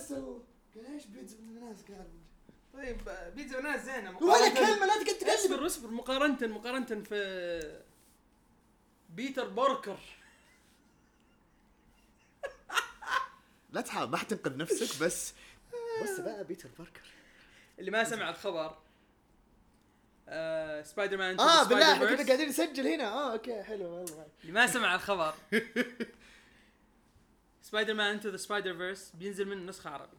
كاسل قال ايش بيتزا الناس قال طيب بيتزا وناس زينه ولا كلمه لا تقدر اصبر مقارنه في بيتر باركر. لا تحاول ما حتنقذ نفسك بس بقى بيتر باركر اللي ما سمع الخبر سبايدر مان بالله احنا كنا قاعدين نسجل هنا اوكي حلو والله. اللي ما سمع الخبر سبايدر مان انتو ذا سبايدر فيرس بينزل منه نسخه عربي.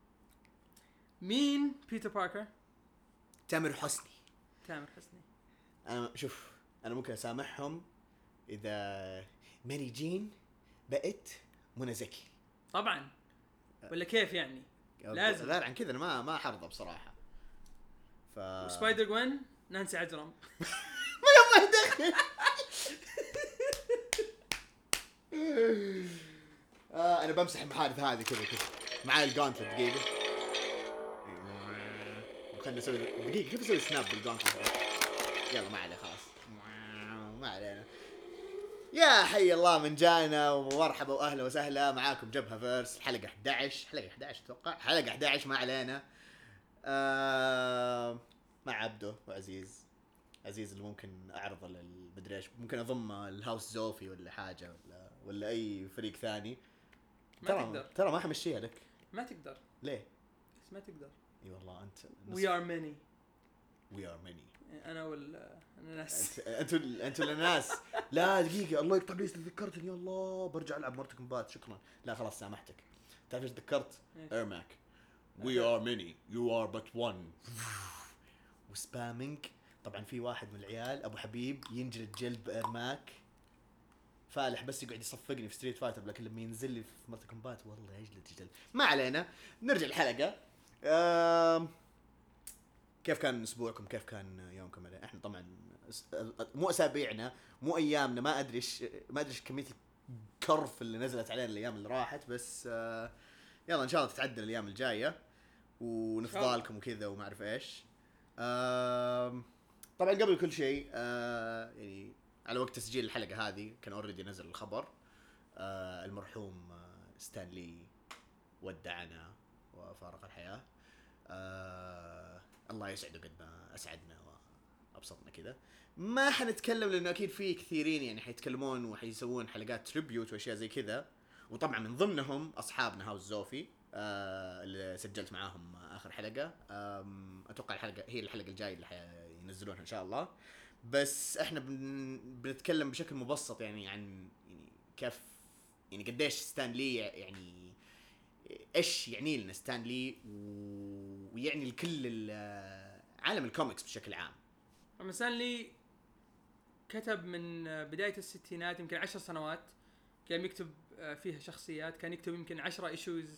مين بيتر باركر؟ تامر حسني. انا شوف انا ممكن اسامحهم اذا ماري جين بقت منى زكي طبعا ولا كيف يعني لازم. غير عن كذا انا ما حرضى بصراحه. سبايدر جوين نانسي عجرم ما يبغى يدخل. انا بمسح المحادث هذه كذا معاي الجانتل دقيقه. خلنا نسوي دقيقه كيف اسوي سناب بالجانتل. يلا ما عليه خلاص ما علينا. يا حي الله من جانا ومرحبا واهلا وسهلا معاكم جبهة فيرس حلقة 11 اتوقع حلقة 11 ما علينا. مع عبده وعزيز اللي ممكن اعرضه للمدري ايش ممكن اضم الهاوس زوفي ولا حاجة ولا اي فريق ثاني. ترى ما حمشيها لك. ما تقدر. ليه؟ بس ما تقدر. اي والله انت we are many انا والناس انتوا الناس. لا دقيقه الله يقطع لي تذكرتني. الله برجع العب مورتال كومبات شكرا. لا خلاص سامحتك. تعرف ايش تذكرت؟ ايرماك we are many you are but one وسبامينج. طبعا في واحد من العيال ابو حبيب ينجلد جلد بايرماك فالح بس يقعد يصفقني في ستريت فايتر لكن لما ينزل لي في مورتال كومبات والله يجلد. ما علينا نرجع الحلقه. كيف كان اسبوعكم؟ كيف كان يومكم؟ احنا طبعا مو اسابيعنا مو ايامنا ما ادري ايش كميه الكرف اللي نزلت علينا الايام اللي راحت بس يلا ان شاء الله تتعدل الايام الجايه ونفضى لكم وكذا وما اعرف ايش. طبعا قبل كل شيء يعني على وقت تسجيل الحلقه هذه كان اوريدي نزل الخبر. المرحوم ستانلي ودعنا وفارق الحياه. الله يسعده قد ما اسعدنا وابسطنا كذا. ما حنتكلم لانه اكيد في كثيرين يعني حيتكلمون وحيسوون حلقات تريبيوت واشياء زي كذا وطبعا من ضمنهم اصحابنا هاوس زوفي اللي سجلت معاهم اخر حلقه. اتوقع الحلقه هي الحلقه الجايه اللي حينزلونها ان شاء الله. بس احنا بنتكلم بشكل مبسط يعني عن يعني كيف يعني قديش ستانلي يعني ايش يعني لنا ستانلي ويعني لكل عالم الكوميكس بشكل عام. ستانلي كتب من بداية الستينات يمكن 10 سنوات كان يكتب فيها شخصيات. كان يكتب يمكن 10 ايشوز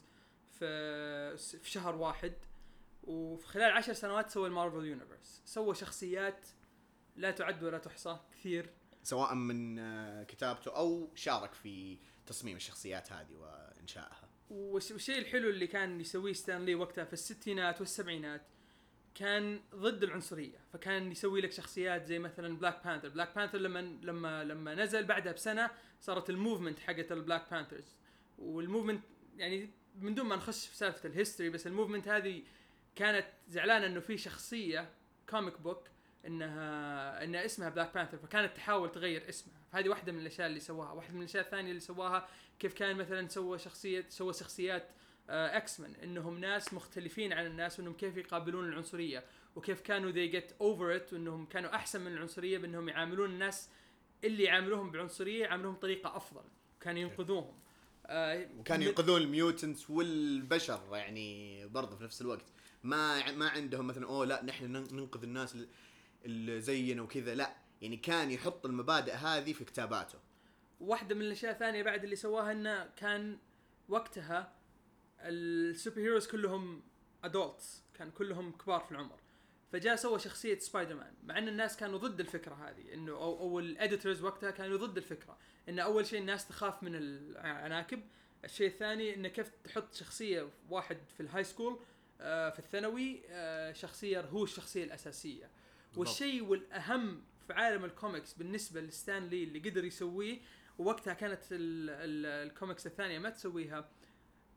في شهر واحد وفي خلال 10 سنوات سوى المارفل يونيفرس. سوى شخصيات لا تعد ولا تحصى كثير سواء من كتابته او شارك في تصميم الشخصيات هذه وانشائها. والشيء الحلو اللي كان يسويه ستانلي وقتها في الستينات والسبعينات كان ضد العنصرية. فكان يسوي لك شخصيات زي مثلا بلاك بانثر لما نزل بعدها بسنة صارت الموفمنت حقت البلاك بانثرز. والموفمنت يعني من دون ما نخش في سالفة الهيستوري بس الموفمنت هذه كانت زعلانة انه في شخصية كوميك بوك انها اسمها بلاك بانثر فكانت تحاول تغير اسمها. فهذه واحدة من الاشياء اللي سواها. واحدة من الاشياء الثانية اللي سواها كيف كان مثلا سوى شخصيات اكس مان انهم ناس مختلفين عن الناس وانهم كيف يقابلون العنصريه وكيف كانوا they get over it وانهم كانوا احسن من العنصريه بانهم يعاملون الناس اللي يعاملوهم بعنصريه يعاملوهم بطريقه افضل. كانوا ينقذوهم وكانوا ينقذون الميوتنتس والبشر يعني برضه في نفس الوقت. ما عندهم مثلا لا نحن ننقذ الناس اللي زينا وكذا. لا يعني كان يحط المبادئ هذه في كتاباته. واحدة من الاشياء الثانية بعد اللي سواها انه كان وقتها السوبر هيروز كلهم ادولتس كان كلهم كبار في العمر. فجاء سوى شخصية سبايدر مان مع ان الناس كانوا ضد الفكرة هذه انه او الاديتورز وقتها كانوا ضد الفكرة انه اول شيء الناس تخاف من العناكب. الشيء الثاني انه كيف تحط شخصية واحد في الهاي سكول في الثانوي شخصية هو الشخصية الأساسية. والشيء والأهم في عالم الكوميكس بالنسبة لستانلي اللي قدر يسويه ووقتها كانت الكوميكس الثانية ما تسويها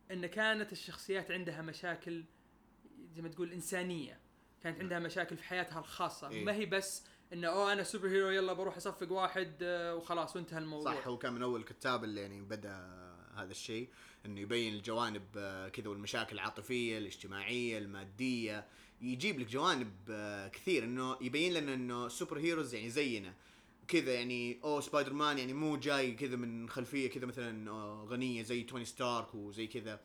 ان كانت الشخصيات عندها مشاكل زي ما تقول انسانيه، كانت عندها مشاكل في حياتها الخاصه. إيه. ما هي بس انه انا سوبر هيرو يلا بروح اصفق واحد وخلاص وانتهى الموضوع. صح، هو كان من اول الكتاب اللي يعني بدا هذا الشيء، انه يبين الجوانب كذا، والمشاكل العاطفيه الاجتماعيه الماديه، يجيب لك جوانب كثير، انه يبين لنا انه سوبر هيروز يعني زينا كذا، يعني سبايدر مان يعني مو جاي كذا من خلفيه كذا مثلا غنيه زي توني ستارك وزي كذا.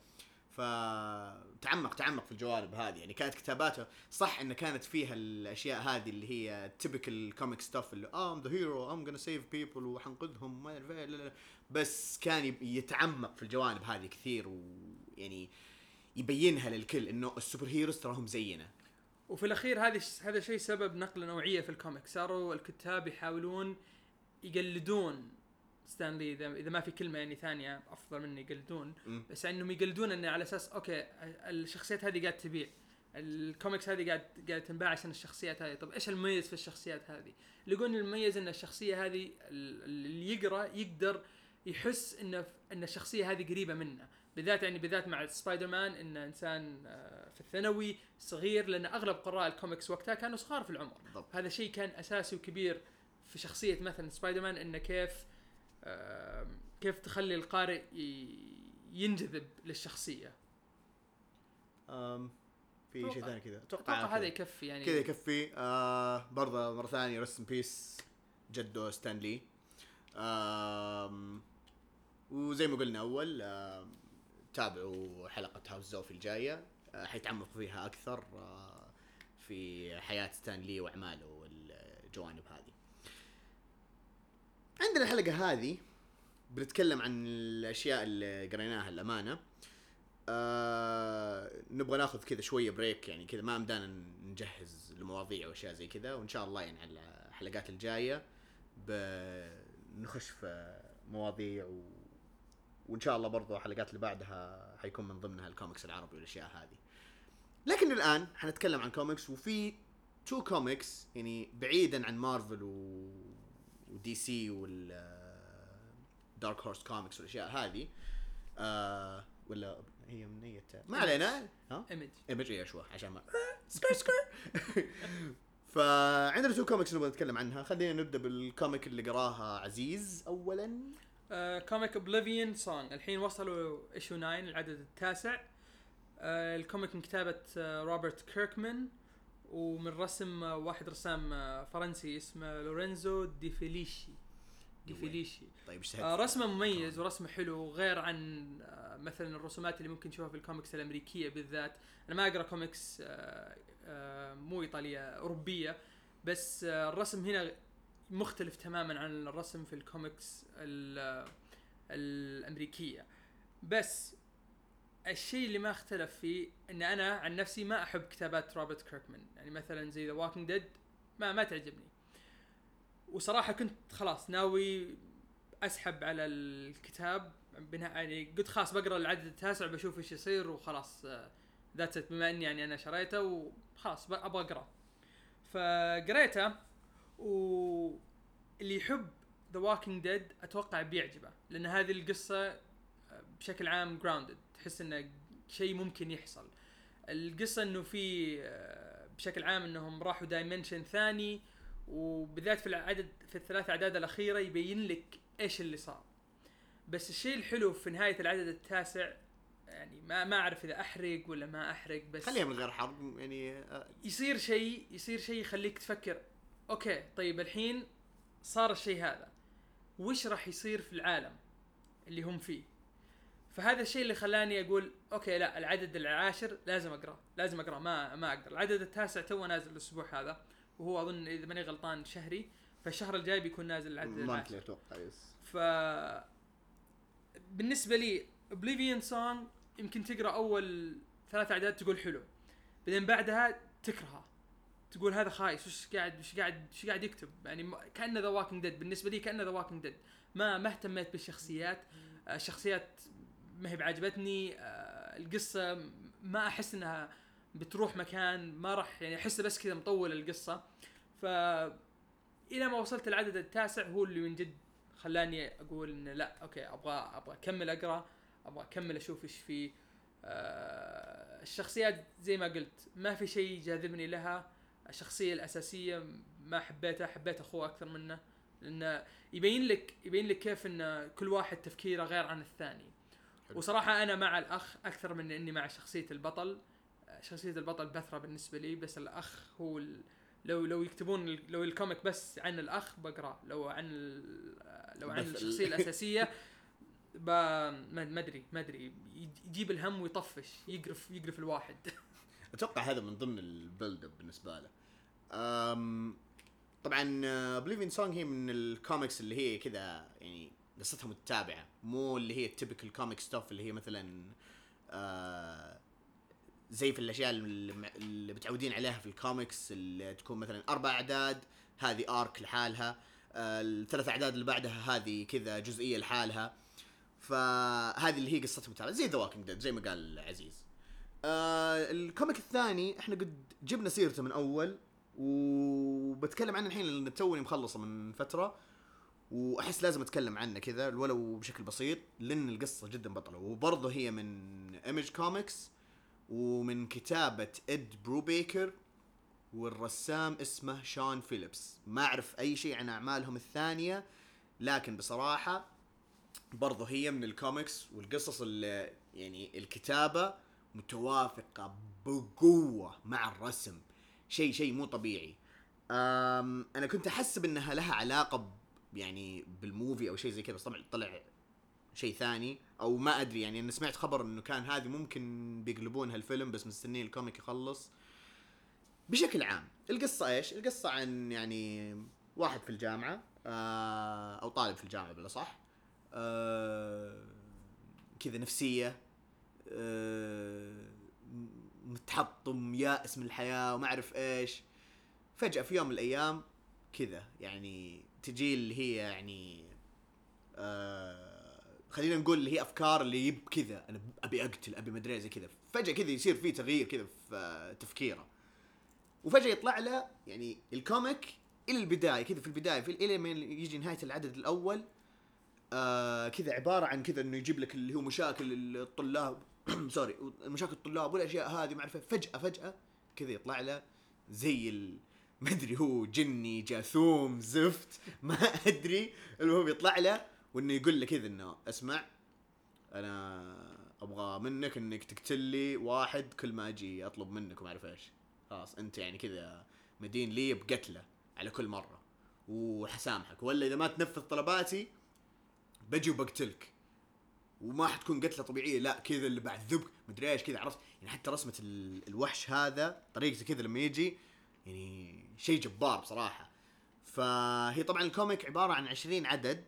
فتعمق في الجوانب هذه، يعني كانت كتاباته صح انه كانت فيها الاشياء هذه اللي هي typical comic stuff، اللي I'm the hero I'm gonna save people وحنقذهم ما أعرف إيه، لا. بس كان يتعمق في الجوانب هذه كثير، ويعني يبينها للكل انه السوبر هيروز تراهم زينا. وفي الاخير هذا شيء سبب نقله نوعيه في الكوميك، صاروا الكتاب يحاولون يقلدون ستانلي، اذا ما في كلمه يعني ثانيه افضل من يقلدون، بس انهم يقلدون انه على اساس اوكي الشخصيات هذه قاعد تبيع، الكوميكس هذه قاعد تنباع عشان الشخصيات هذه. طب ايش المميز في الشخصيات هذه؟ يقولون المميز ان الشخصيه هذه اللي يقدر يحس ان الشخصيه هذه قريبه منه، بالذات مع سبايدر مان، انه انسان في الثانوي صغير، لان اغلب قراء الكوميكس وقتها كانوا صغار في العمر. بالضبط. هذا شيء كان اساسي وكبير في شخصيه مثلا سبايدر مان، انه كيف تخلي القارئ ينجذب للشخصيه. في شيء ثاني كذا اتوقع هذا يكفي يعني، كذا يكفي. برضه مره ثانيه رست ان بيس جدو ستانلي. وزي ما قلنا اول، تابعوا حلقه هاوس زوفي الجايه، حيتعمقوا فيها اكثر في حياه ستانلي واعماله والجوانب هذه. عندنا الحلقه هذه بنتكلم عن الاشياء اللي قريناها الامانه. نبغى ناخذ كذا شويه بريك، يعني كذا ما امدانا نجهز لمواضيع واشياء زي كذا، وان شاء الله يعني على الحلقات الجايه بنخش في مواضيع وان شاء الله برضو الحلقات اللي بعدها حيكون من ضمنها الكوميكس العربي والاشياء هذه. لكن الان حنتكلم عن كوميكس، وفي 2 كوميكس يعني بعيدا عن مارفل ودي سي دارك هورس كوميكس والاشياء هذه. ولا هي من اي ما علينا، ايمج اي شوي عشان ما سكر فعندنا 2 كوميكس نبغى نتكلم عنها. خلينا نبدا بالكوميك اللي قراها عزيز اولا. كوميك اوبليفيون سونج، الحين وصلوا ايشو 9 العدد التاسع. الكوميك من كتابة روبرت كيركمان، ومن رسم واحد رسام فرنسي اسمه لورينزو دي فيليشي. طيب رسمه مميز ورسمه حلو، غير عن مثلا الرسومات اللي ممكن نشوفها في الكوميكس الامريكيه بالذات. انا ما اقرا كوميكس مو ايطاليه، اوروبيه، بس الرسم هنا مختلف تماما عن الرسم في الكوميكس الامريكيه. بس الشيء اللي ما اختلف فيه ان انا عن نفسي ما احب كتابات روبرت كيركمان، يعني مثلا زي ذا ووكينج ديد ما تعجبني، وصراحه كنت خلاص ناوي اسحب على الكتاب يعني قلت خلاص بقرا العدد التاسع بشوف ايش يصير وخلاص ذاتس بما اني يعني انا شريته وخلاص ابغى اقرا. فقريته، واللي يحب ذا ووكينج ديد اتوقع بيعجبه، لان هذه القصه بشكل عام جراوندد، تحس انه شيء ممكن يحصل. القصه انه في بشكل عام انهم راحوا دايمنشن ثاني، وبالذات في الثلاث اعداد الاخيره يبين لك ايش اللي صار. بس الشيء الحلو في نهايه العدد التاسع، يعني ما اعرف اذا احرق ولا ما احرق، بس خليها من غير حرق يعني. يصير شيء يخليك تفكر اوكي طيب الحين صار الشيء هذا، وش راح يصير في العالم اللي هم فيه. فهذا الشيء اللي خلاني اقول اوكي لا، العدد العاشر لازم اقرا ما اقدر. العدد التاسع تو نازل الاسبوع هذا، وهو اظن اذا ماني غلطان شهري، فالشهر الجاي بيكون نازل العدد العاشر اتوقع. ف بالنسبه لي Oblivion Song يمكن تقرا اول 3 اعداد تقول حلو، بعدين بعدها تكرهها، تقول هذا خايس، وش قاعد يكتب، يعني كأنه ذا ووكينج ديد. بالنسبه لي كأنه ذا ووكينج ديد، ما اهتميت بالشخصيات، الشخصيات ما هي بعجبتني، القصه ما احس انها بتروح مكان، ما راح يعني احس بس كذا مطول القصه. ف الى ما وصلت العدد التاسع هو اللي من جد خلاني اقول ان لا اوكي ابغى اكمل اقرا، ابغى اكمل اشوف ايش فيه. الشخصيات زي ما قلت ما في شيء جاذبني لها. الشخصية الأساسية ما حبيتها، حبيت أخوه أكثر منه، لأنه يبين لك كيف أن كل واحد تفكيره غير عن الثاني. حلو. وصراحة أنا مع الأخ أكثر من إني مع شخصية البطل. شخصية البطل بثرة بالنسبة لي، بس الأخ هو لو يكتبون لو الكوميك بس عن الأخ بقرأ، لو عن الشخصية الأساسية ما ادري يجيب الهم ويطفش، يقرف الواحد. اتوقع هذا من ضمن البيلد اب بالنسبه له. طبعا بليفين سونج هي من الكوميكس اللي هي كذا يعني قصتها متتابعه، مو اللي هي التيبيكال كوميك ستوف اللي هي مثلا زي في الاشياء اللي متعودين عليها في الكوميكس، اللي تكون مثلا 4 اعداد هذه ارك لحالها، ال3 اعداد اللي بعدها هذه كذا جزئيه لحالها. فهذه اللي هي قصتها متابعه زي ذا ووكينج ديد زي ما قال عزيز. الكوميك الثاني احنا قد جبنا سيرته من اول، وبتكلم عنه الحين لان توني مخلصه من فتره، واحس لازم اتكلم عنه كذا ولو بشكل بسيط لان القصه جدا بطله. وبرضه هي من ايمج كوميكس ومن كتابه اد بروبيكر، والرسام اسمه شون فيليبس. ما اعرف اي شيء عن اعمالهم الثانيه، لكن بصراحه برضه هي من الكوميكس والقصص اللي يعني الكتابه متوافقه بقوه مع الرسم، شيء مو طبيعي. انا كنت احسب انها لها علاقه يعني بالموفي او شيء زي كذا، بس طبعا طلع شيء ثاني او ما ادري. يعني انا سمعت خبر انه كان هذه ممكن بيقلبونها الفيلم، بس مستنين الكوميك يخلص. بشكل عام القصه ايش؟ القصه عن يعني واحد في الجامعه، او طالب في الجامعه بلا صح، كذا نفسيه، متحطم يائس من الحياه وما اعرف ايش. فجاه في يوم من الايام كذا يعني تجي اللي هي يعني خلينا نقول اللي هي افكار اللي كذا انا ابي اقتل، ابي مدري زي كذا. فجاه كذا يصير في تغيير كذا في تفكيره، وفجاه يطلع له يعني الكوميك الى البدايه كذا، في البدايه في الى ما يجي نهايه العدد الاول كذا عباره عن كذا انه يجيب لك اللي هو مشاكل الطلاب سوري، مشاكل الطلاب والاشياء هذه ما اعرف. فجاه كذا يطلع له زي ما ادري هو جني جاثوم زفت ما ادري، المهم يطلع له وانه يقول له كذا انه اسمع انا ابغى منك انك تقتل لي واحد كل ما اجي اطلب منك وما اعرف ايش. خلاص انت يعني كذا مدين لي بقتله على كل مره، وحسامحك، ولا اذا ما تنفذ طلباتي بجي وبقتلك، وما حتكون قتله طبيعيه، لا كذا اللي بعد ذبك مدري ايش كذا. عرفت يعني حتى رسمه الوحش هذا طريقته كذا لما يجي يعني شيء جبار بصراحه. فهي طبعا الكوميك عباره عن 20 عدد،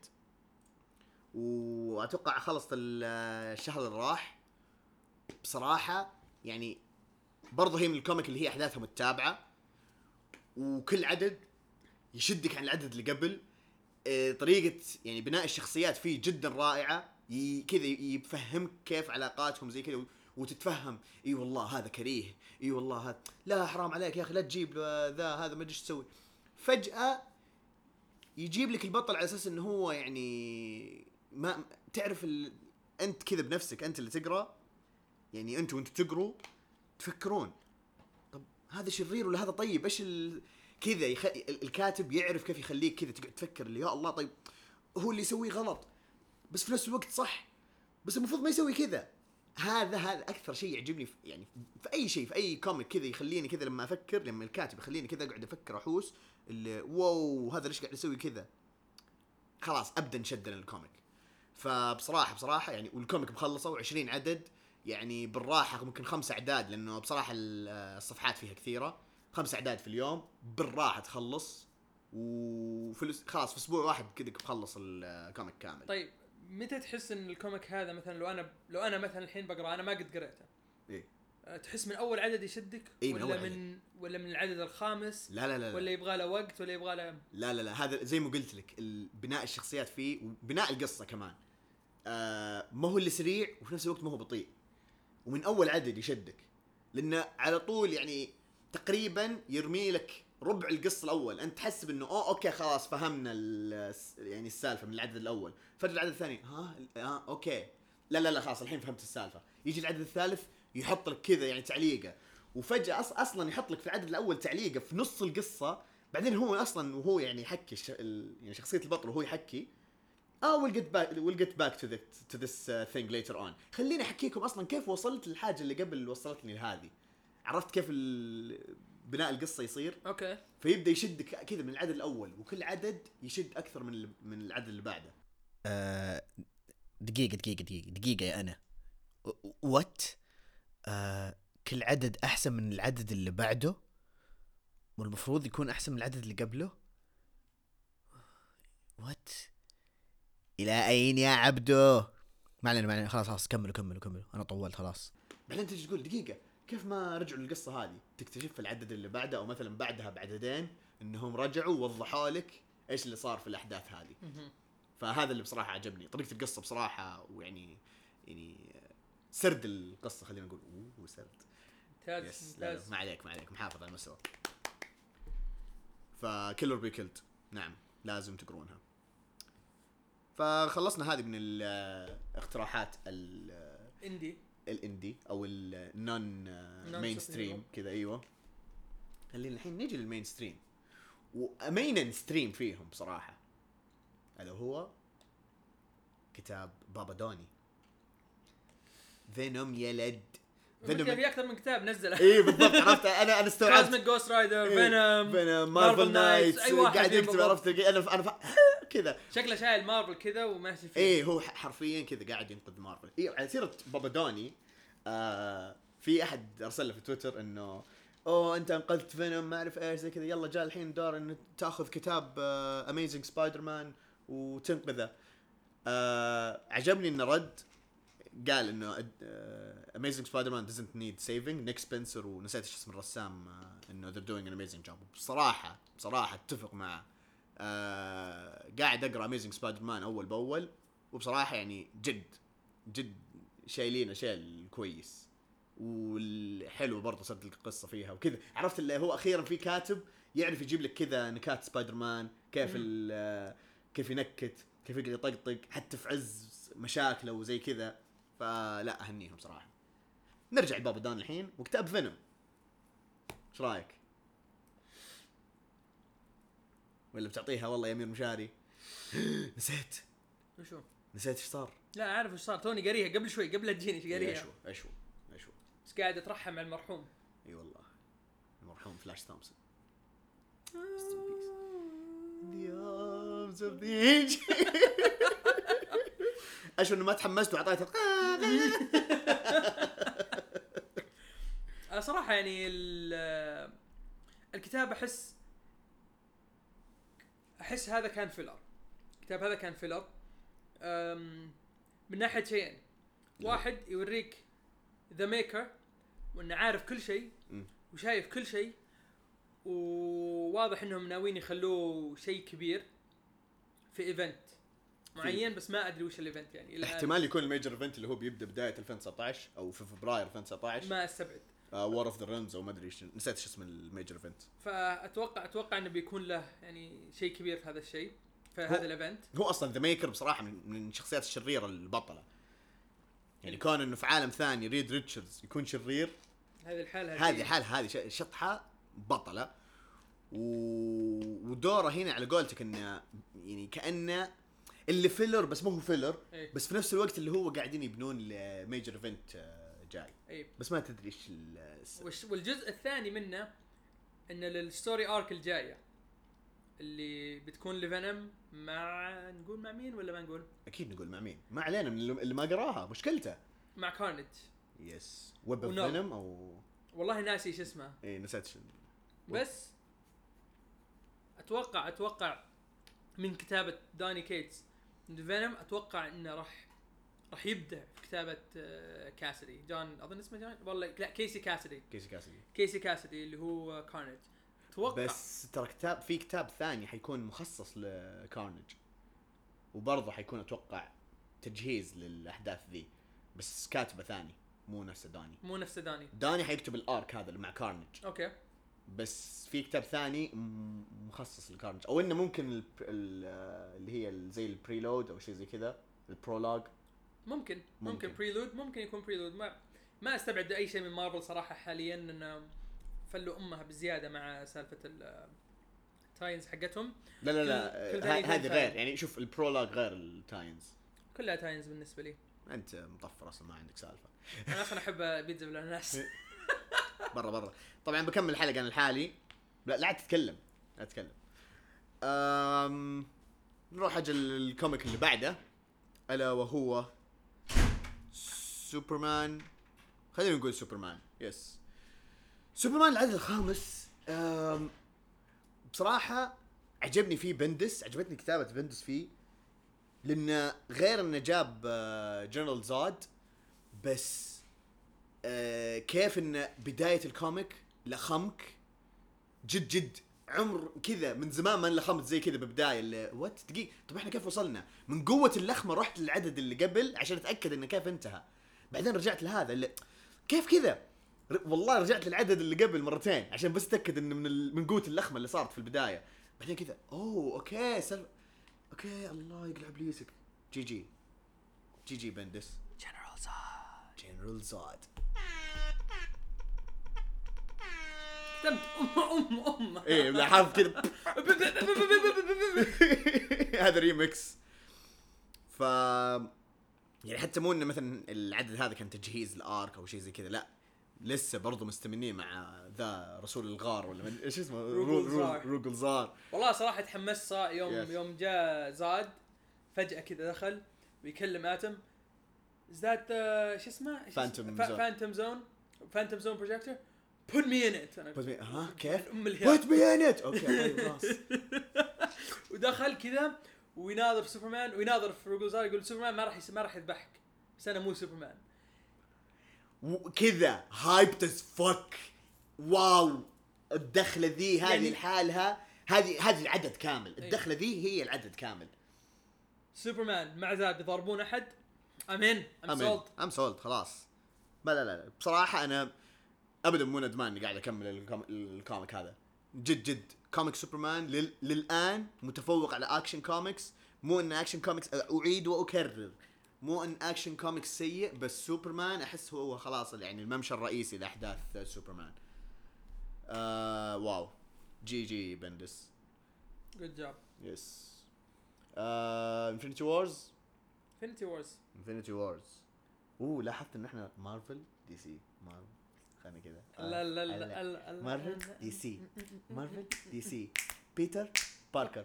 واتوقع خلصت الشهر اللي راح. بصراحه يعني برضه هي من الكوميك اللي هي احداثها متتابعه، وكل عدد يشدك عن العدد اللي قبل. طريقه يعني بناء الشخصيات فيه جدا رائعه، كذا يفهمك كيف علاقاتهم زي كذا، وتتفهم اي والله هذا كريه، اي والله هذا لا حرام عليك يا اخي لا تجيب ذا، هذا ما ادري ايش تسوي. فجاه يجيب لك البطل على اساس انه هو يعني ما تعرف انت كذا بنفسك انت اللي تقرا، يعني انتوا تقروا تفكرون طب هذا شرير ولا هذا طيب، ايش كذا الكاتب يعرف كيف يخليك كذا تفكر اللي يا الله طيب هو اللي يسوي غلط بس في نفس الوقت صح، بس المفروض ما يسوي كذا. هذا اكثر شيء يعجبني يعني في اي شيء، في اي كوميك كذا يخليني كذا لما افكر، لما الكاتب يخليني كذا اقعد افكر احوس اللي واو هذا ليش قاعد يسوي كذا، خلاص ابدا نشد الكوميك. فبصراحه يعني والكوميك مخلصه و20 عدد، يعني بالراحه ممكن 5 اعداد لانه بصراحه الصفحات فيها كثيره، 5 اعداد في اليوم بالراحه تخلص، خلاص في اسبوع واحد كذا بخلص الكوميك كامل. طيب متى تحس ان الكوميك هذا مثلا لو انا مثلا الحين بقرا، انا ما قد قريته، ايه تحس من اول عدد يشدك إيه ولا من العدد الخامس؟ لا ولا يبغى له وقت ولا يبغى له لا هذا زي ما قلت لك بناء الشخصيات فيه وبناء القصه كمان ما هو اللي سريع وفي نفس الوقت ما هو بطيء، ومن اول عدد يشدك لانه على طول يعني تقريبا يرمي لك ربع القصه الاول، انت تحسب انه اوكي خلاص فهمنا يعني السالفه من العدد الاول. فجاه العدد الثاني اوكي لا خلاص الحين فهمت السالفه. يجي العدد الثالث يحط لك كذا يعني تعليقه، وفجاه اصلا يحط لك في العدد الاول تعليقه في نص القصه. بعدين هو اصلا وهو يعني يحكي يعني شخصيه البطل وهو يحكي we'll get back to this thing later on. خليني احكيكم اصلا كيف وصلت للحاجه اللي قبل وصلتني لهذه. عرفت كيف بناء القصه يصير؟ اوكي. فيبدا يشدك كذا من العدد الاول، وكل عدد يشد اكثر من العدد اللي بعده. دقيقة يا أنا وات كل عدد أحسن من العدد اللي بعده، والمفروض يكون أحسن من العدد اللي قبله. وات إلى أين يا عبدو؟ ما علينا خلاص كملوا أنا طولت خلاص. بعدين تجي تقول دقيقة كيف ما رجعوا للقصة هذه؟ تكتشف في العدد اللي بعده أو مثلا بعدها بعددين إنهم رجعوا ووضحوا لك إيش اللي صار في الأحداث هذه. فهذا اللي بصراحة عجبني طريقة القصة بصراحة، ويعني سرد القصة خلينا نقول سرد. ممتاز. لا ما عليك محافظ على المستوى. فكيلر بي كيلد نعم لازم تقرونها. فخلصنا هذه من الاقتراحات الاندي او النون مين ستريم كذا. ايوه خلينا الحين نيجي للمين ستريم ومين ستريم فيهم بصراحه، هذا هو كتاب بابا دوني فينوم. يلد فينوم في اكثر من كتاب نزله. ايه بالضبط عرفت. انا استوعبت كوزميك جوست رايدر، فينوم، مارفل نايتس، اي واحد قاعد يكتب عرفت. انا كذا شكله شايل مارفل كذا وماشي فيه. ايه هو حرفيا كذا قاعد ينقذ مارفل. ايه على سيره بابا دوني في احد ارسل له في تويتر انه انت انقذت فينوم ما اعرف ايش زي كذا، يلا جاء الحين دور انه تاخذ كتاب اميزنج سبايدر مان وتنقذه. عجبني انه رد قال انه اميزنج سبايدر مان doesn't need saving. نيك سبنسر ونسيت ايش اسم الرسام انه they're doing an amazing job. بصراحه اتفق معه. قاعد اقرا اميزنج سبايدر مان اول باول، وبصراحه يعني جد شايلين اشياء كويس والحلو برضه صرت القصه فيها وكذا. عرفت اللي هو اخيرا في كاتب يعرف يجيب لك كذا نكات سبايدر مان، كيف كيف ينكت، كيف يقدر يطقطق حتى في عز مشاكله وزي كذا. فلا اهنيهم صراحه. نرجع لبابا دون الحين وكتاب فينوم، ايش رايك؟ ولا بتعطيها والله يا امير مشاري؟ نسيت ايش صار. لا اعرف ايش صار، توني قاريها قبل شوي قبل لا تجيني قاريها. ايش بس قاعد اترحم على المرحوم. اي والله المرحوم فلاش تومسون. ايش انه ما تحمست وعطيته. صراحه يعني الكتاب احس هذا كان فيلر. الكتاب هذا كان فيلر من ناحيه شيئين. واحد يوريك ذا ميكر وانه عارف كل شيء وشايف كل شيء، وواضح انهم ناويين يخلوه شيء كبير في ايفنت معين، بس ما ادري وش الايفنت يعني. احتمال يكون الميجر ايفنت اللي هو بيبدا بدايه 2019 او في فبراير 2019. ما استبعد وور اوف ذا رينز او ما ادري ايش، نسيت ايش اسم الميجر ايفنت. فاتوقع انه بيكون له يعني شيء كبير في هذا الشيء في هذا الايفنت. هو اصلا ذا ميكر بصراحه من الشخصيات الشريره البطله، يعني كون انه في عالم ثاني ريد ريتشاردز يكون شرير، هذه شطحه بطله. ودوره هنا على قولتك انه يعني كانه اللي فيلر بس مو هو فيلر. بس في نفس الوقت اللي هو قاعدين يبنون الميجر ايفنت جاي. بس ما تدري ايش والجزء الثاني منه ان الستوري ارك الجايه اللي بتكون لفينوم نقول مع مين ولا ما نقول؟ اكيد نقول مع مين، ما علينا من اللي ما قراها مشكلته. مع كارنج. يس ويب اوف فينوم او والله ناسي ايش اسمه. نسيت بس اتوقع من كتابه داني كيتس فينوم، اتوقع انه راح يبدع في كتابه كاسدي جون، اظن اسمه جون والله لا كيسي كاسدي اللي هو كارنج. اتوقع بس ترى كتاب ثاني حيكون مخصص لكارنج، وبرضه حيكون اتوقع تجهيز للاحداث ذي، بس كاتبه ثاني مو نفس داني حيكتب الارك هذا اللي مع كارنج. اوكي. بس في كتاب ثاني مخصص لكارنج، او انه ممكن اللي هي زي البريلود او شيء زي كذا، البرولوج ممكن بريلود، ممكن يكون بريلود. ما استبعد اي شيء من مارفل صراحه حاليا، انه فلوا امها بزياده مع سالفه التاينز حقتهم. لا كل ذا يكون هذه غير تاين. يعني. شوف البرولوج غير التاينز. كلها تاينز بالنسبه لي. انت مطفر اصلا، ما عندك سالفه. انا اصلا احب بيتزا بالاناناس. برا طبعا بكمل الحلقه انا لحالي. لا تتكلم. نروح اجل الكوميك اللي بعده، الا وهو سوبرمان. خلينا نقول سوبرمان. يس، سوبرمان العدد الخامس. بصراحه عجبني فيه بندس، عجبتني كتابه بندس فيه، لانه غير انه جاب جنرال زاد، بس كيف ان بدايه الكوميك لخمك جد عمر كذا من زمان ما لخمت زي كذا ببدايه اللي وات دقيقه. طب احنا كيف وصلنا من قوه اللخمه رحت للعدد اللي قبل عشان اتاكد انه كيف انتهى، بعدين رجعت لهذا اللي كيف كذا. والله رجعت للعدد اللي قبل مرتين عشان بس اتاكد انه من قوه اللخمه اللي صارت في البدايه. بعدين كذا اوكي اوكي الله يقلع ابليسك. جي بندس. جنرال زاد تمت ام ايه لا حرف كذا. هذا ريمكس. ف يعني حتى مو انه مثلا العدد هذا كان تجهيز الارك او شيء زي كذا، لا لسه برضو مستمنين مع ذا رسول الغار ولا ايش اسمه، روغلزار. والله صراحه تحمست يوم جاء زاد فجاه كذا دخل ويكلم اتم زاد شو اسمه فانتوم زون بروجيكتور put me in it. ها كيف put me in it. اوكي طيب خلاص. ودخل كذا ويناظر في سوبرمان ويناظر في روغلزار، يقول سوبرمان ما راح يذبحك، بس انا مو سوبرمان. كذا هايبت از فك. واو الدخله ذي هذه يعني لحالها هذه العدد كامل. الدخله ذي هي العدد كامل. سوبرمان مع زاد يضربون احد. امين ام سولد خلاص. لا بصراحه انا ابدا مو ندمان اني قاعد اكمل الكوميك هذا. جد كوميك سوبرمان للان متفوق على اكشن كوميكس. مو ان اكشن كوميكس اعيد واكرر، مو ان اكشن كوميكس سيء، بس سوبرمان احس هو خلاص يعني الممشى الرئيسي لاحداث سوبرمان. واو جي بندس جود جوب. يس. انفينيتي وورز. لاحظت ان احنا مارفل دي سي خلينا كذا. لا مارفل دي سي بيتر باركر.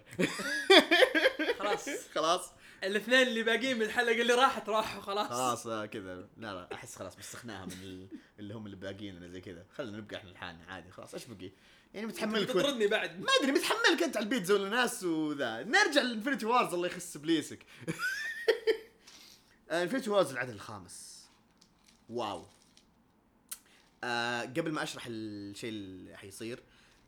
خلاص الاثنين اللي باقيين من الحلقه اللي راحوا خلاص كذا. لا احس خلاص مسخناها من اللي هم اللي باقيين زي كذا. خلينا نبقى احنا لحالنا عادي خلاص. ايش بقي يعني متحملك تطردني بعد ما ادري متحملك انت على البيتزا ولا ناس وذا. نرجع للانفينيتي وارز الله يخس ابليسك. انفينيتي وارز العدد الخامس. واو. قبل ما اشرح الشيء اللي حيصير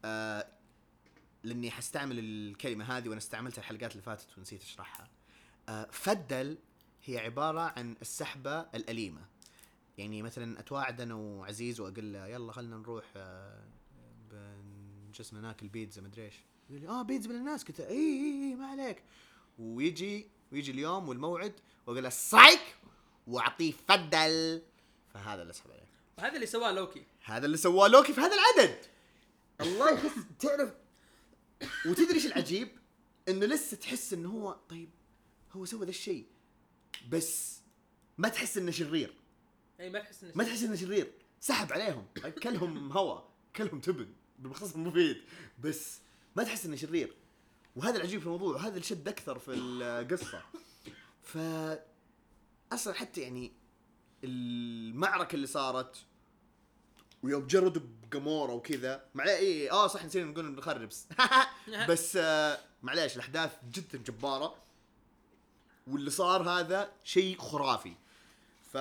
لاني حستعمل الكلمه هذه وانا استعملتها الحلقات اللي فاتت ونسيت اشرحها. فدل هي عباره عن السحبه الاليمه. يعني مثلا اتواعد انا وعزيز واقول له يلا خلنا نروح جسنا ناكل بيتزا مدري ايش، يقول لي بيتزا بالناس كنت اي ما عليك. ويجي اليوم والموعد واقول له سايك واعطيه فدل. فهذا اللي اسحب عليه. وهذا اللي سواه لوكي في هذا العدد. الله يخس. تعرف وتدري ايش العجيب؟ انه لسه تحس انه هو طيب هو سوى ذا الشيء بس ما تحس انه شرير. اي ما تحس انه شرير. سحب عليهم كلهم هوا كلهم تبن بالمخصص المفيد، بس ما تحس انه شرير. وهذا العجيب في الموضوع، وهذا اللي شد اكثر في القصه. ف اصلا حتى يعني المعركه اللي صارت ويوم جردوا بقمورة وكذا صح نسينا نقول بنخرب بس معليش الأحداث جدا جبارة واللي صار هذا شيء خرافي. ف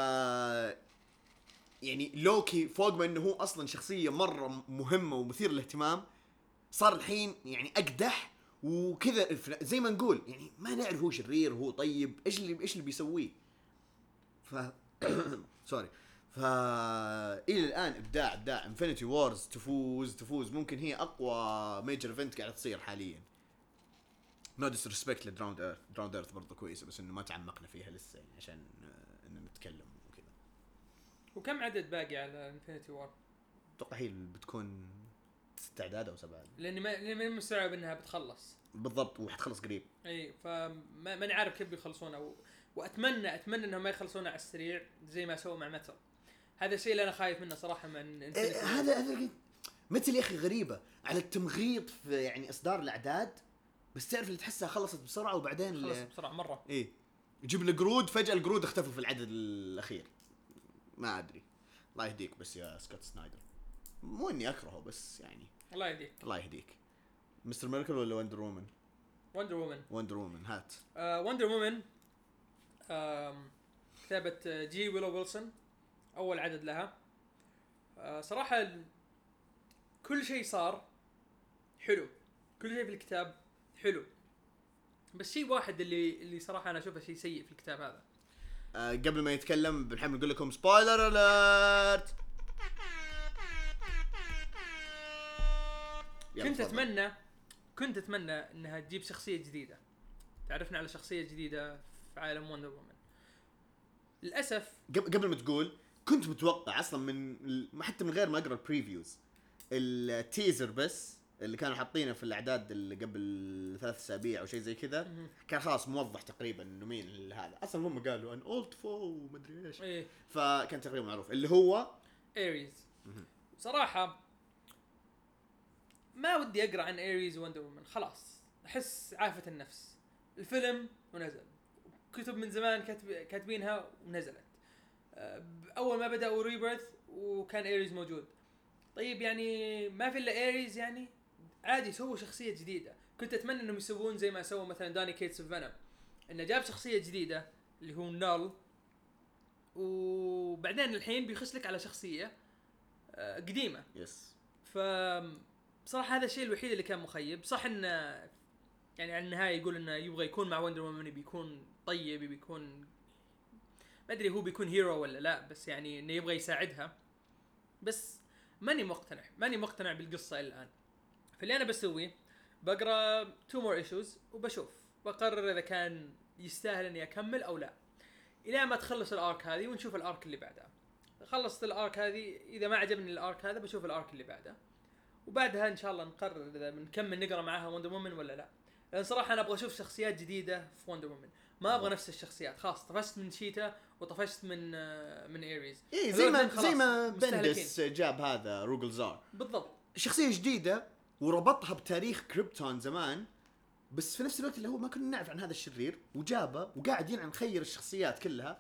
يعني لوكي فوق ما انه هو اصلا شخصية مرة مهمة ومثير للاهتمام، صار الحين يعني اقدح وكذا زي ما نقول يعني ما نعرف هو شرير هو طيب ايش اللي بيسويه. سوري. إلى الآن إبداع إنفينيتي وورز تفوز ممكن هي أقوى ميجر إيفنت قاعدة تصير حاليا. نو ديسريسبكت لدراوند إيرث برضو كويسة بس إنه ما تعمقنا فيها لسه يعني عشان يتكلم وكذا. وكم عدد باقي على انفينيتي وار؟ اتوقع هي بتكون 6 اعداد او 7 اعداد لاني ما مستوعب انها بتخلص بالضبط، وحتخلص قريب. اي ماني عارف كيف بيخلصونها واتمنى انهم ما يخلصونها على السريع زي ما سووا مع متل. هذا الشيء اللي انا خايف منه صراحه مع هذا مثل يا اخي غريبه على التمغيط في يعني اصدار الاعداد، بس تعرف اللي تحسها خلصت بسرعه وبعدين خلص بسرعه مره. ايه يجيب لك قرود، فجاه القرود اختفوا في العدد الاخير. ما ادري، الله يهديك بس يا سكوت سنايدر، مو اني اكرهه بس يعني الله يهديك. الله يهديك. مستر ميركل ولا وندر وومن؟ وندر وومن هات. وندر وومن كتابة جي ويلو ويلسون، أول عدد لها. صراحة كل شيء صار حلو، كل شيء في الكتاب حلو، بس شيء واحد اللي صراحة أنا أشوفه شيء سيء في الكتاب هذا. قبل ما يتكلم بنحب نقول لكم سبويلر اليرت. كنت أتمنى إنها تجيب شخصية جديدة، تعرفنا على شخصية جديدة في عالم وندر وومن. للأسف قبل ما تقول كنت متوقع اصلا من حتى من غير ما اقرا البريفيوز، التيزر بس اللي كانوا حاطينه في الاعداد اللي قبل 3 أسابيع او شيء زي كذا، كان خلاص موضح تقريبا انه مين هذا. اصلا هم قالوا ان اولد فو ومدري ايش، إيه. فكان تقريبا معروف اللي هو ايريز. صراحة ما ودي اقرا عن ايريز وندر وومن، خلاص احس عافة النفس. الفيلم ونزل، كتب من زمان كاتبينها ونزلت. اول ما بدأوا ريبيرث وكان ايريز موجود. طيب يعني ما في الا ايريز، يعني عادي سووا شخصية جديدة. كنت اتمنى انهم يسوون زي ما سووا مثلا داني كيتس في فينوم، انه جاب شخصية جديدة اللي هو نال، وبعدين الحين بيخش لك على شخصية قديمة. يس. بصراحة هذا الشيء الوحيد اللي كان مخيب. صح انه يعني على النهاية يقول انه يبغى يكون مع وندر وومن، بيكون طيب، بيكون ما ادري هو بيكون هيرو ولا لا، بس يعني انه يبغى يساعدها. بس ماني مقتنع بالقصة الان. فاللي انا بسويه بقرا 2 more issues وبشوف، بقرر اذا كان يستاهل اني اكمل او لا، الى ما تخلص الارك هذه ونشوف الارك اللي بعدها. خلصت الارك هذه، اذا ما عجبني الارك هذا بشوف الارك اللي بعده، وبعدها ان شاء الله نقرر اذا بنكمل نقرا معاها وندر وومن ولا لا. لان صراحه انا ابغى اشوف شخصيات جديده في وندر وومن، ما ابغى نفس الشخصيات. خلاص طفشت من شيتا وطفشت من ايريز. ايه زي ما بندس جاب هذا روجل زار بالضبط، شخصيه جديده وربطها بتاريخ كريبتون زمان، بس في نفس الوقت اللي هو ما كنا نعرف عن هذا الشرير، وجابه وقاعد ينعم نخير الشخصيات كلها.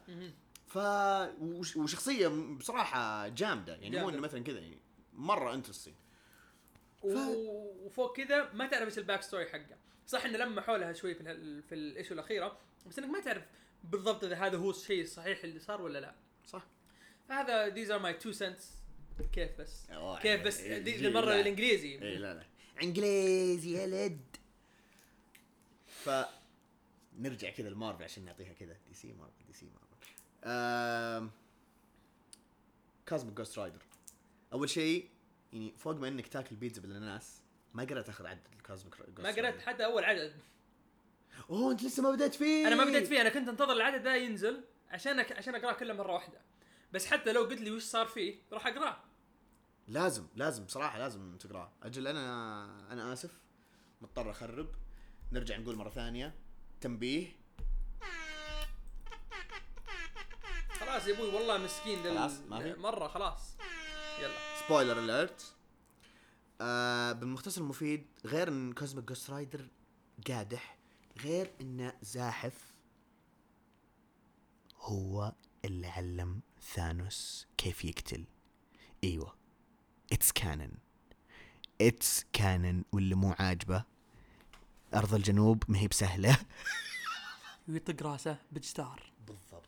وشخصيه بصراحه جامده يعني، مو انه مثلا كذا يعني مره انترستينج. وفوق كذا ما تعرف ايش الباك ستوري حقه. صح انه لما حولها شوي في الايشو الاخيره، بس انك ما تعرف بالضبط اذا هذا هو الشيء الصحيح اللي صار ولا لا. صح. فهذا these are my 2 cents. كيف بس دي المره الانجليزي. اي لا انجليزي يا لد. نرجع كذا المارفل عشان نعطيها كذا دي سي مارفل. كازميك جوست رايدر. اول شيء يعني فوق ما انك تاكل بيتزا بالاناناس، ما قرأت اخر عدد الكازميك جوست، ما قرأت حتى اول عدد. انت لسه ما بدأت فيه؟ انا ما بدأت فيه، انا كنت انتظر العدد ده ينزل عشان اقراه كله مره واحده. بس حتى لو قلت لي وش صار فيه راح اقراه. لازم بصراحه لازم تقراه. اجل انا اسف مضطر اخرب. نرجع نقول مره ثانيه تنبيه. خلاص يا ابوي والله مسكين مره خلاص. يلا سبويلر اليرت. بالمختصر المفيد، غير ان كوزميك جوست رايدر قادح، غير انه زاحف، هو اللي علم ثانوس كيف يقتل. ايوه اتس كانن. واللي مو عاجبه ارض الجنوب ما هي بسهله. يطق راسه بجدار بالضبط.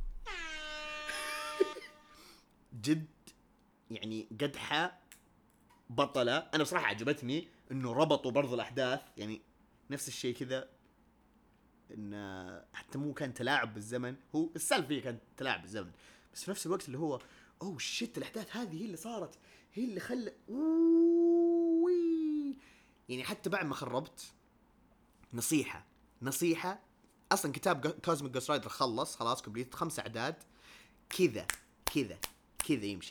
جد يعني قدحه بطلة. انا بصراحه عجبتني انه ربطوا برضو الاحداث، يعني نفس الشيء كذا، ان حتى مو كان تلاعب بالزمن، هو السالفه كانت تلاعب بالزمن، بس في نفس الوقت اللي هو شيت الاحداث هذه هي اللي صارت، هي اللي خلى يعني حتى بعد ما خربت. نصيحه اصلا كتاب كوزميك جوست رايدر خلاص كومبليت 5 اعداد. كذا يمشي.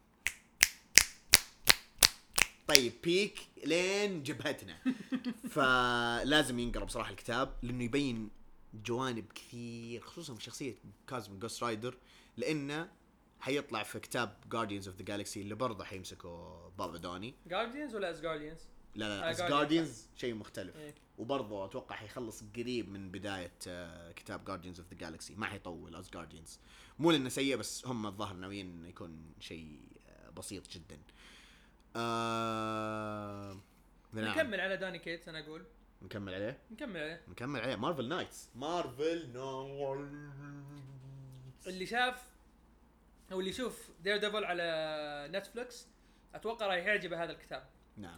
طيب بيك لين جبهتنا. فلازم ينقرا بصراحة الكتاب لأنه يبين جوانب كثير خصوصا في شخصية كازم جوست رايدر، لأنه حيطلع في كتاب Guardians of the Galaxy اللي برضه حيمسكه بابا دوني. جارديانز ولا أسجارديانز؟ لا Guardians. شيء مختلف. إيه. وبرضه اتوقع حيخلص قريب من بدايه كتاب Guardians of the Galaxy، ما حيطول Asgardians. مو لانه سيء بس هم الظاهر ناويين يكون شيء بسيط جدا. نعم. نكمل على داني كيتس. انا اقول نكمل عليه مارفل نايتس. اللي شاف او اللي يشوف دير ديفل على نتفلكس اتوقع راح يعجبه هذا الكتاب. نعم.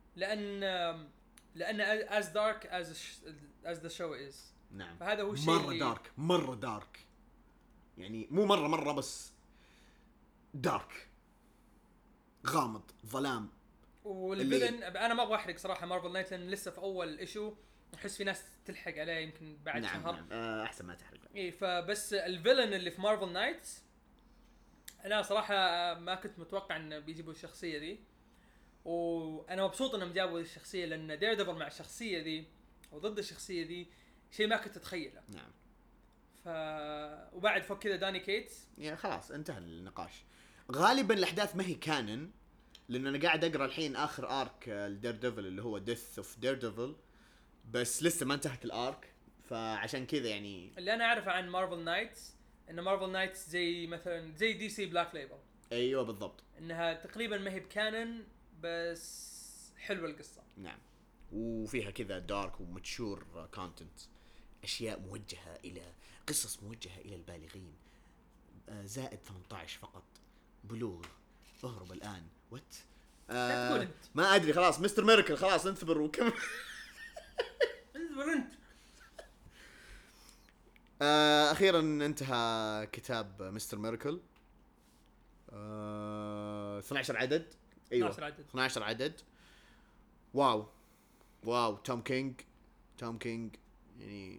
لان as dark as the show is. نعم. فهذا هو الشيء مرة دارك يعني مو مرة بس دارك، غامض، ظلام. والفيلن انا ما ابغى احرق صراحه مارفل نايت لان لسه في اول ايشو، احس في ناس تلحق عليه يمكن بعد شهر. نعم. احسن ما تحرق. اي فبس الفيلن اللي في مارفل نايت انا صراحه ما كنت متوقع انه بيجيبوا الشخصيه ذي، وانا مبسوط انهم جابوا الشخصيه لان دير ديفل مع الشخصيه ذي وضد الشخصيه ذي شيء ما كنت اتخيله. نعم. وبعد فوق كذا داني كيتس يعني خلاص انتهى النقاش. غالبا الاحداث ما هي كانن، لانه انا قاعد اقرا الحين اخر ارك الدير ديفل اللي هو ديث اوف دير ديفل، بس لسه ما انتهت الارك، فعشان كذا يعني اللي انا اعرفه عن مارفل نايتس ان مارفل نايتس زي مثلا زي دي سي بلاك ليبل. ايوه بالضبط. انها تقريبا ما هي بكانن بس حلوه القصه. نعم. وفيها كذا دارك ومتشور كونتنت، اشياء موجهه الى قصص موجهه الى البالغين، زائد 18 فقط، بلوغ، اهرب الان. وات لا تقول انت. ما ادري، خلاص مستر ميركل، خلاص انتظر وكم. انت اخيرا انتهى كتاب مستر ميركل. 12 عدد. ايوه 12 عدد. واو توم كينج يعني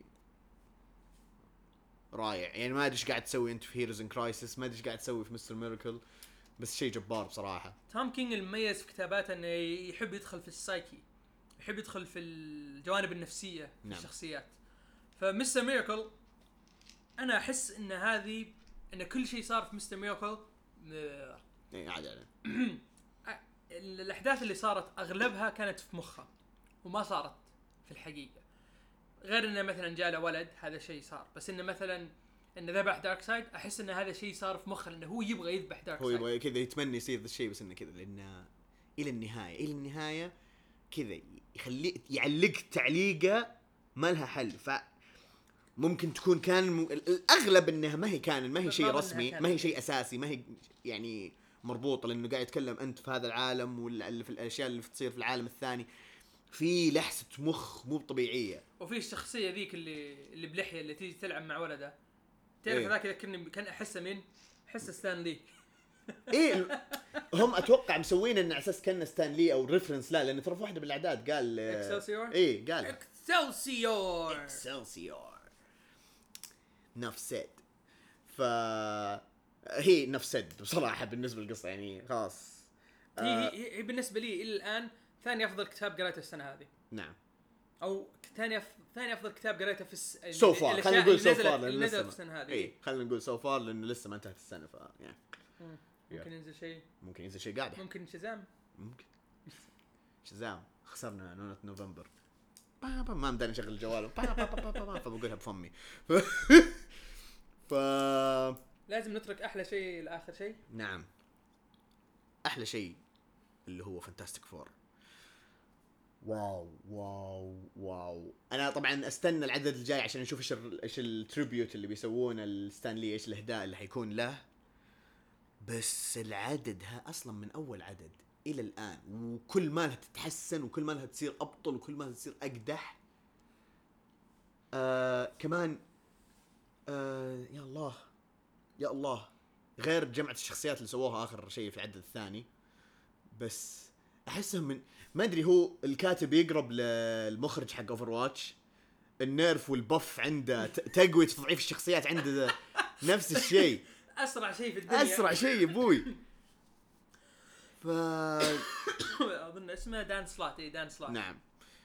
رائع. يعني ما ادري ايش قاعد تسوي انت في هيروز ان كرايسيس، ما ادري ايش قاعد تسوي في مستر ميركل، بس شيء جبار بصراحه. توم كينج المميز في كتاباته انه يحب يدخل في السايكي، يحب يدخل في الجوانب النفسيه في نعم. الشخصيات. فمستر ميركل انا احس ان هذه ان كل شيء صار في مستر ميركل يعني عادي. الاحداث اللي صارت اغلبها كانت في مخه وما صارت في الحقيقه، غير انه مثلا جاء له ولد، هذا شيء صار، بس انه مثلا انه ذبح دارك سايد، احس ان هذا شيء صار في مخه لانه هو يبغى يذبح دارك هو سايد، يبغى كذا يتمنى يصير ذا الشيء، بس انه كذا لانه الى النهايه كذا يخليك يعلق تعليقه ما لها حل. ف ممكن تكون كان الاغلب انها ما هي كان، ما هي شيء رسمي، ما هي شيء اساسي، ما هي يعني مربوطه، لانه قاعد يتكلم انت في هذا العالم واللي في الاشياء اللي تصير في العالم الثاني، في لحسه مخ مو طبيعيه. وفي الشخصيه ذيك اللي بلحيه اللي تيجي تلعب مع ولده، تعرف إيه؟ ذاك كان احسه مين؟ احسه ستان لي. ايه هم اتوقع مسوين ان اساس كان ستان لي او ريفرنس، لا لان ترى في واحده بالاعداد قال اكسلسيور. ايه قال اكسلسيور نفسد. هي نفسد بصراحه بالنسبه للقصه، يعني خلاص. هي بالنسبه لي الى الان ثاني افضل كتاب قريته السنه هذه. نعم. او ثاني افضل كتاب قريته في سو فار. خلينا نقول سو فار لان نزل في السنه هذه. اي خلينا نقول سو فار لانه لسه ما انتهت السنه، ف يعني ممكن ينزل شيء قاعده. ممكن شزام خسرنا نونة نوفمبر. ما مداني نشغل الجوال فبقولها بفمي. لازم نترك احلى شيء لاخر شيء. نعم. احلى شيء اللي هو فانتاستيك فور. واو انا طبعا استنى العدد الجاي عشان نشوف ايش التريبيوت اللي بيسوونه لستانلي، ايش الاهداء اللي حيكون له. بس العدد اصلا من اول عدد الى الان، وكل ما لها تتحسن وكل ما لها تصير ابطل وكل ما لها تصير اقدح. كمان يا الله غير جمعة الشخصيات اللي سووها اخر شيء في العدد الثاني، بس احسهم من ما ادري، هو الكاتب يقرب للمخرج حق اوفر واتش، النيرف والبف عنده، تقوية تضعيف الشخصيات عنده نفس الشيء. اسرع شيء في الدنيا. اسرع شيء يا ابوي. ف اظن اسمه دان سلات. دان سلات. نعم.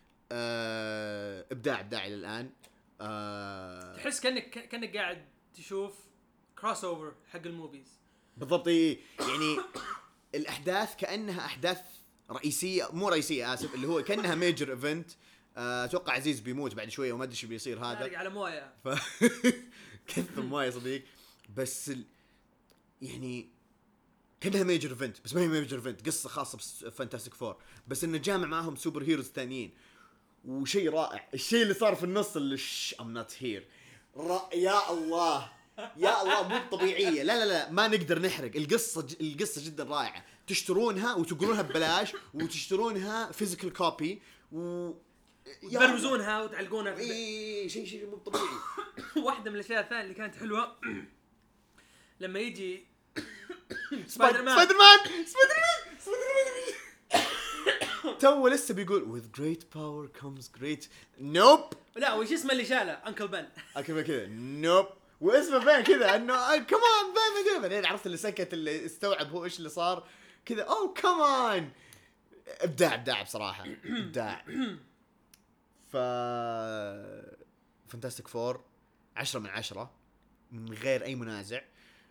ابداع الى الان. تحس كأنك قاعد تشوف كروس اوفر حق الموفيز بالضبط. يعني الاحداث كانها احداث رئيسيه، مو رئيسيه اسف، اللي هو كانها ميجر ايفنت. اتوقع عزيز بيموت بعد شويه وما ادري ايش بيصير هذا على مويه. كثر مويه صديق. بس يعني كانها ميجر ايفنت، بس ما هي ميجر ايفنت، قصه خاصه بفانتاستيك فور، بس انه جامع معهم سوبر هيروز ثانيين وشيء رائع. الشيء اللي صار في النص اللي ام نوت هير، يا الله يا الله مو طبيعيه. لا ما نقدر نحرق القصه جدا رائعه. تشترونها وتقولونها ببلاش وتشترونها فيزيكال كوبي تبرزونها وتعلقونها في شيء مو طبيعي. واحده من الاشياء الثانيه اللي كانت حلوه لما يجي سبايدر مان تو لسه بيقول with great power comes great nope. لا وش اسمه اللي شاله انكل بن اكمل كذا نوب واسمه فين كذا انه كمان فين بعدين عرفت اللي سكت اللي استوعب هو ايش اللي صار كذا. اوه كمان ابداع بصراحه ابداع. فانتاستيك فور 10 من 10 من غير اي منازع.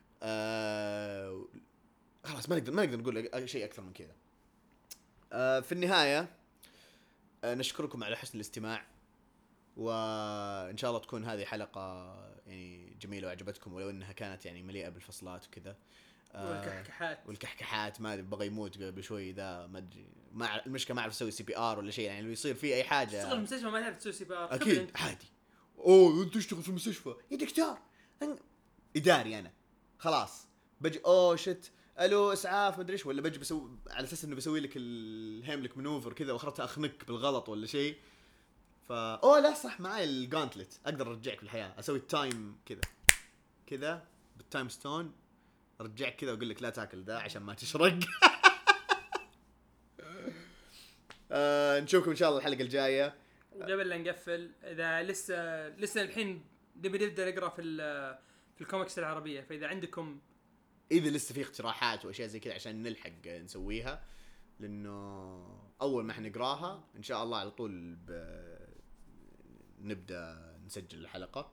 خلاص ما نقدر نقول شيء اكثر من كذا. في النهايه نشكركم على حسن الاستماع، وان شاء الله تكون هذه حلقه يعني جميله وعجبتكم، ولو انها كانت يعني مليئه بالفصلات وكذا والكحكحات ما بغى يموت قبل شوي ذا ما ادري ما المشكله ما اعرف اسوي CPR ولا شيء يعني لو يصير في اي حاجه. تشتغل المستشفى ما تعرف تسوي CPR اكيد عادي. اوه انت تشتغل في المستشفى يا دكتور اداري انا خلاص بجي شت الو اسعاف ما ادري ايش ولا بجي بسوي على اساس انه بسوي لك الهيملك منوفر كذا واخرتها اخنك بالغلط ولا شيء. لا صح معي الجانتلت اقدر ارجعك بالحياه، اسوي التايم كذا بالتايم ستون ارجعك كذا واقول لك لا تاكل ذا عشان ما تشرق. نشوفكم ان شاء الله الحلقه الجايه. قبل لا نقفل اذا لسه الحين نبدا نقرا في الكوميكس العربيه، فاذا عندكم اذا لسه في اقتراحات واشياء زي كذا عشان نلحق نسويها، لانه اول ما حنقراها ان شاء الله على طول نبدا نسجل الحلقه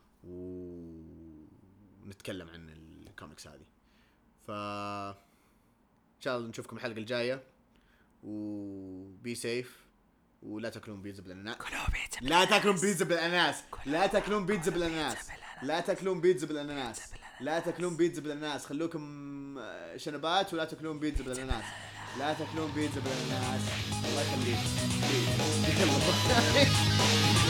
ونتكلم عن الكوميكس هذه. ان شاء الله نشوفكم الحلقه الجايه وبي سيف ولا تاكلون بيتزا بالاناناس. لا تاكلون بيتزا بالاناناس. لا تاكلون بيتزا بالاناناس. لا تاكلون بيتزا بالاناناس. لا تاكلون بيتزا بالاناناس. خلوكم شنبات ولا تاكلون بيتزا بالاناناس. لا تاكلون بيتزا بالاناناس. الله يخليك.